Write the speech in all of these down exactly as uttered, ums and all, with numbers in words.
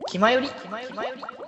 気まより気まより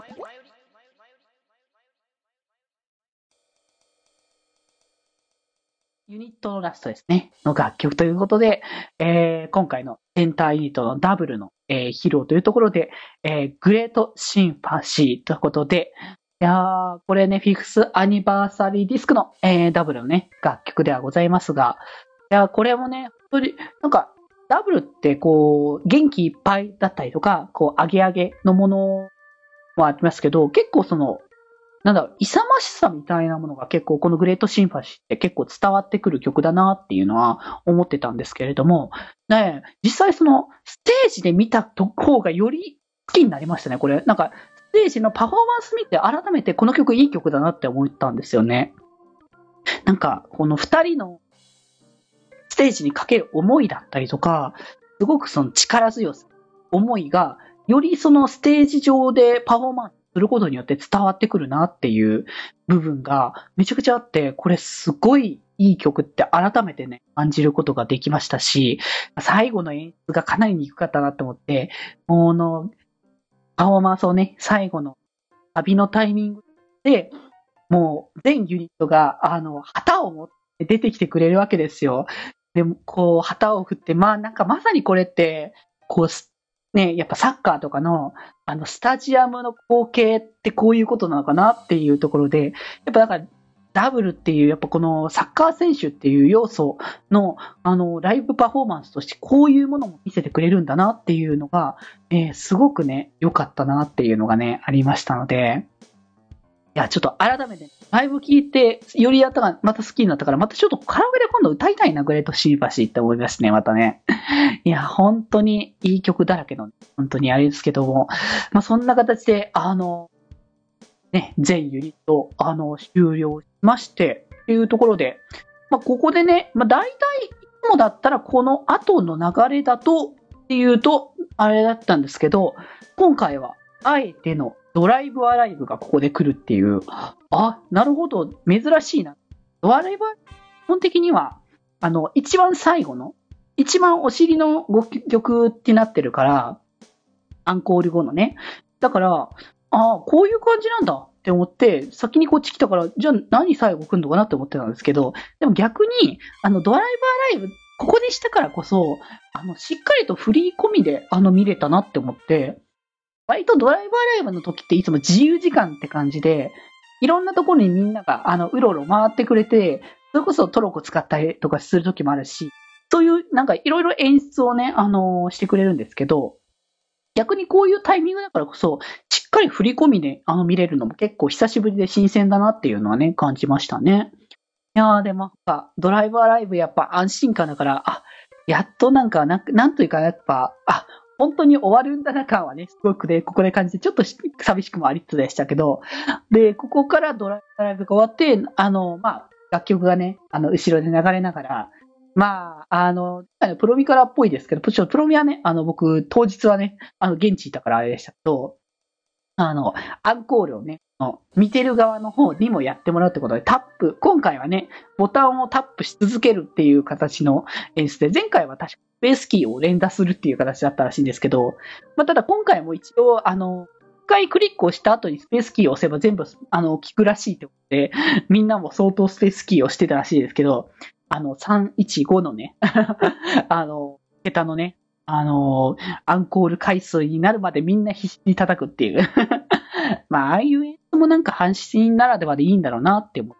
ユニットのラストですね、の楽曲ということで、えー今回のエンターユニットのダブルの、えー披露というところで、えーグレートシンパシーということで、いやー、これね、フィフスアニバーサリーディスクの、えーダブルのね、楽曲ではございますが、いやー、これもね、本当に、なんか、ダブルってこう、元気いっぱいだったりとか、こう、アゲアゲのものもありますけど、結構その、なんだろう、勇ましさみたいなものが結構このグレートシンファシーって結構伝わってくる曲だなっていうのは思ってたんですけれども、ね、実際そのステージで見た方がより好きになりましたね、これ。なんか、ステージのパフォーマンス見て改めてこの曲いい曲だなって思ったんですよね。なんか、この二人のステージにかける思いだったりとか、すごくその力強さ、思いが、よりそのステージ上でパフォーマンスすることによって伝わってくるなっていう部分がめちゃくちゃあって、これすごいいい曲って改めてね、感じることができましたし、最後の演出がかなり憎かったなって思って、もうあの、パフォーマンスをね、最後の旅のタイミングで、もう全ユニットが、あの、旗を持って出てきてくれるわけですよ。でも、こう、旗を振って、まあなんかまさにこれって、こう、ね、やっぱサッカーとかの、あの、スタジアムの光景ってこういうことなのかなっていうところで、やっぱなんか、ダブルっていう、やっぱこのサッカー選手っていう要素の、あの、ライブパフォーマンスとしてこういうものも見せてくれるんだなっていうのが、えー、すごくね、良かったなっていうのがね、ありましたので、いや、ちょっと改めて、ライブ聞いて、よりやったが、また好きになったから、またちょっとカラオケで今度歌いたいな、グレートシーパシーって思いますね、またね。いや、本当にいい曲だらけの、本当にあれですけども、まあそんな形で、あの、ね、全ユニット、あの、終了しまして、っていうところで、まあここでね、まあ大体、いつもだったらこの後の流れだと、っていうと、あれだったんですけど、今回は、あえてのドライブアライブがここで来るっていう、あ、なるほど、珍しいな。ドライブアライブ、基本的には、あの、一番最後の、一番お尻の曲ってなってるから、アンコール後のね。だから、ああ、こういう感じなんだって思って、先にこっち来たから、じゃあ何最後来るのかなって思ってたんですけど、でも逆に、あの、ドライブアライブ、ここでしたからこそ、あの、しっかりとフリー込みで、あの、見れたなって思って、割とドライブアライブの時っていつも自由時間って感じで、いろんなところにみんなが、あの、うろうろ回ってくれて、それこそトロコ使ったりとかする時もあるし、そういう、なんかいろいろ演出をね、あのーしてくれるんですけど、逆にこういうタイミングだからこそ、しっかり振り込みで、あの、見れるのも結構久しぶりで新鮮だなっていうのはね、感じましたね。いやー、でもやっぱ、ドライブアライブやっぱ安心感だから、あ、やっとなんか、なんなんというかやっぱ、あ、本当に終わるんだな感はね、すごくね、ここで感じて、ちょっと寂しくもありつつでしたけど、で、ここからドライブアライブが終わって、あの、まあ、楽曲がね、あの、後ろで流れながら、まあ、あの、プロミカラっぽいですけど、プロミはね、あの、僕、当日はね、あの、現地いたからあれでしたけど、あの、アンコールをね、見てる側の方にもやってもらうってことで、タップ、今回はね、ボタンをタップし続けるっていう形の演出で、前回は確かスペースキーを連打するっていう形だったらしいんですけど、まあ、ただ今回も一応、あの、一回クリックをした後にスペースキーを押せば全部、あの、効くらしいってことで、みんなも相当スペースキーをしてたらしいですけど、あの、さんいちごのね、あの、桁のね、あの、アンコール回数になるまでみんな必死に叩くっていう。まあ、ああいう演出もなんか阪神ならではでいいんだろうなって思って、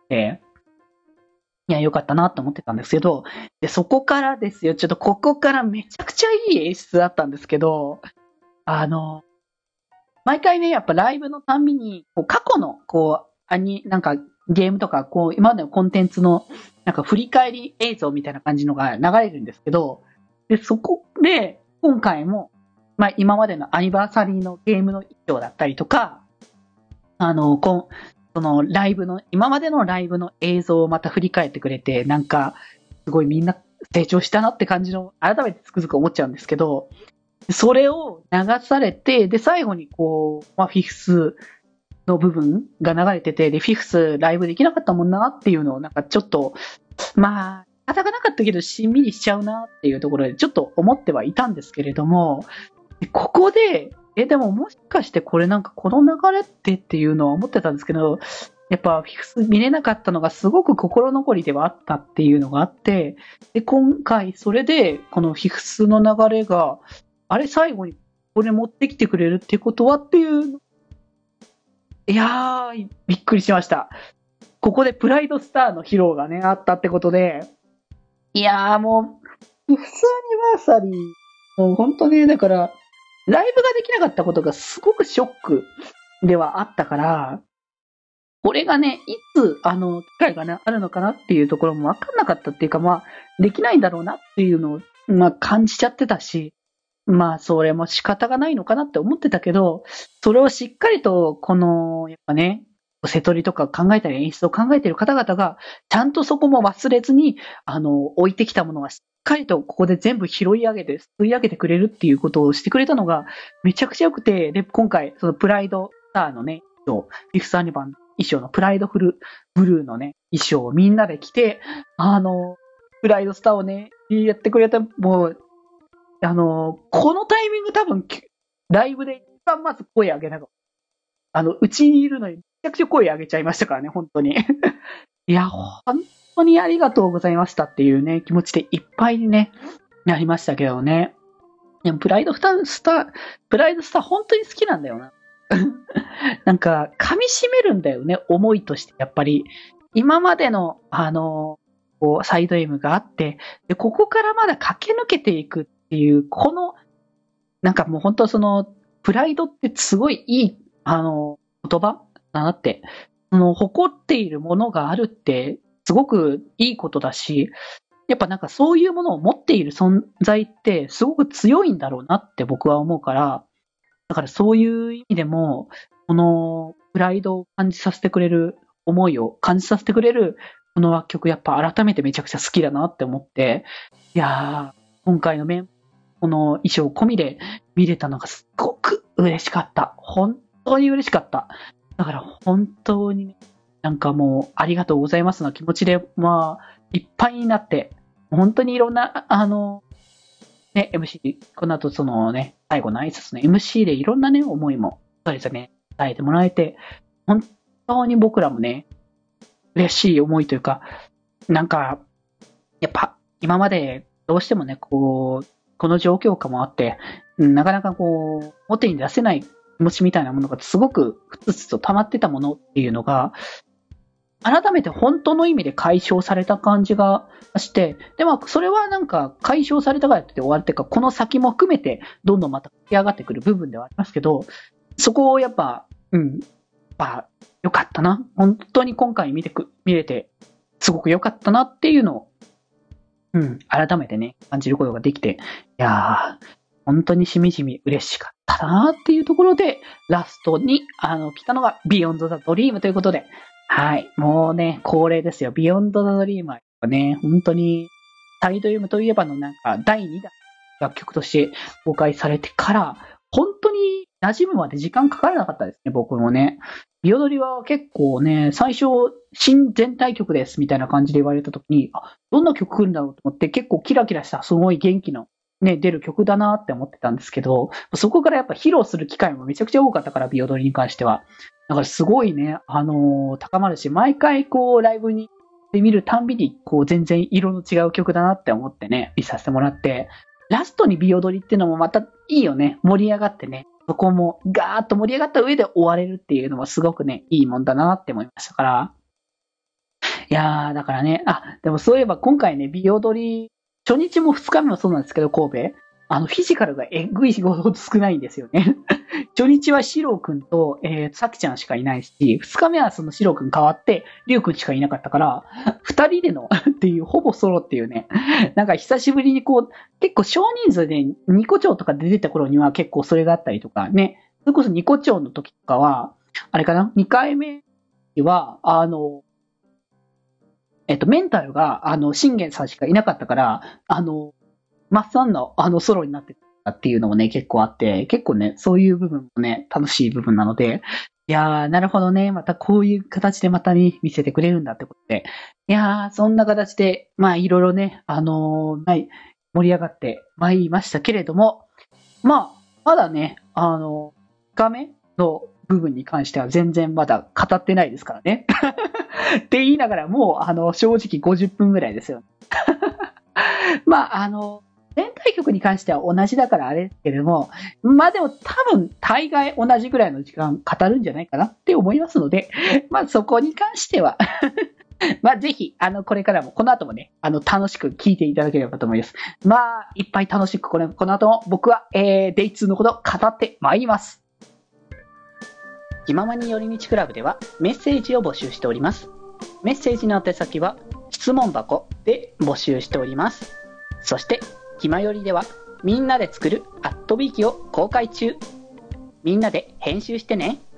いや、よかったなって思ってたんですけど、で、そこからですよ、ちょっとここからめちゃくちゃいい演出だったんですけど、あの、毎回ね、やっぱライブのたんびに、こう過去の、こう、アニ、なんかゲームとか、こう、今までのコンテンツの、なんか振り返り映像みたいな感じのが流れるんですけど、で、そこで、今回も、まあ今までのアニバーサリーのゲームの衣装だったりとか、あの、こう、そのライブの、今までのライブの映像をまた振り返ってくれて、なんか、すごいみんな成長したなって感じの、改めてつくづく思っちゃうんですけど、それを流されて、で、最後にこう、まあ、フィフスの部分が流れてて、で、フィフスライブできなかったもんなっていうのを、なんかちょっと、まあ、仕方がなかったけど、しんみりしちゃうなっていうところで、ちょっと思ってはいたんですけれども、ここで、 え、でももしかしてこれなんかこの流れってっていうのは思ってたんですけど、やっぱフィフス見れなかったのがすごく心残りではあったっていうのがあって、で、今回それでこのフィフスの流れが、あれ最後にこれ持ってきてくれるってことはっていう、いやー、びっくりしました。ここでプライドスターの披露がね、あったってことで、いやーもう、フィフスアニバーサリー、もう本当ね、だから、ライブができなかったことがすごくショックではあったから、これがね、いつ、あの、機会がね、あるのかなっていうところもわかんなかったっていうか、まあ、できないんだろうなっていうのを、まあ、感じちゃってたし、まあ、それも仕方がないのかなって思ってたけど、それをしっかりと、この、やっぱね、瀬取りとか考えたり演出を考えている方々が、ちゃんとそこも忘れずに、あの、置いてきたものはしっかりとここで全部拾い上げて、すくい上げてくれるっていうことをしてくれたのが、めちゃくちゃ良くて、で、今回、そのプライドスターのね、衣装、フィフスアニバン衣装のプライドフルブルーのね、衣装をみんなで着て、あの、プライドスターをね、やってくれた、もう、あの、このタイミング多分、ライブで一番まず声上げなかった。あの、うちにいるのにめちゃくちゃ声上げちゃいましたからね、本当に。いや、本当にありがとうございましたっていうね、気持ちでいっぱいにね、なりましたけどね。でも、プライドスター、スター、プライドスター本当に好きなんだよな。なんか、噛み締めるんだよね、思いとして、やっぱり。今までの、あの、こう、サイド M があって、で、ここからまだ駆け抜けていくっていう、この、なんかもう本当その、プライドってすごいいい、あの、言葉だなって。その、誇っているものがあるって、すごくいいことだし、やっぱなんかそういうものを持っている存在ってすごく強いんだろうなって僕は思うから、だからそういう意味でも、このプライドを感じさせてくれる、思いを感じさせてくれる、この楽曲やっぱ改めてめちゃくちゃ好きだなって思って、いやー、今回のメン、この衣装込みで見れたのがすっごく嬉しかった。本当に嬉しかった。だから本当にね、なんかもうありがとうございますの気持ちで、まあ、いっぱいになって、本当にいろんな、あの、ね、エムシー、この後そのね、最後の挨拶の エムシー でいろんなね、思いも、そうですね、伝えてもらえて、本当に僕らもね、嬉しい思いというか、なんか、やっぱ、今までどうしてもね、こう、この状況下もあって、なかなかこう、表に出せない気持ちみたいなものがすごくふつふつと溜まってたものっていうのが、改めて本当の意味で解消された感じがして、でもそれはなんか解消されたからって終わってか、この先も含めてどんどんまた駆け上がってくる部分ではありますけど、そこをやっぱ、うん、やっぱ良かったな。本当に今回見てく、見れて、すごく良かったなっていうのを、うん、改めてね、感じることができて、いやー、本当にしみじみ嬉しかったなっていうところで、ラストに、あの、来たのが Beyond the Dream ということで、はい。もうね、恒例ですよ。Beyond the Dream はね、本当に、サイド M といえばのなんか、だいにだん楽曲として公開されてから、本当に馴染むまで時間かからなかったですね、僕もね。ビオドリは結構ね、最初、新全体曲ですみたいな感じで言われた時に、あ、どんな曲来るんだろうと思って、結構キラキラした、すごい元気のね、出る曲だなって思ってたんですけど、そこからやっぱ披露する機会もめちゃくちゃ多かったから、ビオドリに関しては。だからすごいね、あのー高まるし、毎回こう、ライブにで見るたんびに、こう、全然色の違う曲だなって思ってね、見させてもらって、ラストにビオドリっていうのもまたいいよね。盛り上がってね。そこもガーッと盛り上がった上で終われるっていうのもすごくね、いいもんだなって思いましたから。いやー、だからね、あ、でもそういえば今回ね、ビオドリ、初日も二日目もそうなんですけど、神戸。あの、フィジカルがえぐいほど少ないんですよね。初日はシローくんと、えー、さきちゃんしかいないし、二日目はそのシローくん変わって、リュウくんしかいなかったから、二人でのっていう、ほぼソロっていうね。なんか久しぶりにこう、結構少人数でニコ町とかで出た頃には結構それがあったりとかね。それこそニコ町の時とかは、あれかな、にかいめは、あの、えっと、メンタルが、あの、信玄さんしかいなかったから、あの、マッサンのあのソロになってたっていうのもね、結構あって、結構ね、そういう部分もね、楽しい部分なので、いやー、なるほどね、またこういう形でまたね、見せてくれるんだってことで、いやー、そんな形で、まあ、いろいろね、あのー、はい、盛り上がってまいりましたけれども、まあ、 まだね、あの、画面の部分に関しては全然まだ語ってないですからね。って言いながらもう、あの、正直ごじゅっぷんぐらいですよ。まあ、あの、全体曲に関しては同じだからあれですけれども、まあでも多分大概同じぐらいの時間語るんじゃないかなって思いますので、まあそこに関してはまあぜひ、あの、これからも、この後もね、あの、楽しく聴いていただければと思います。まあ、いっぱい楽しくこれ、この後も僕は、えー、デイツーのこと語ってまいります。気ままに寄り道クラブではメッセージを募集しております。メッセージの宛先は質問箱で募集しております。そして、気まよりではみんなで作るアットビーキを公開中。みんなで編集してね。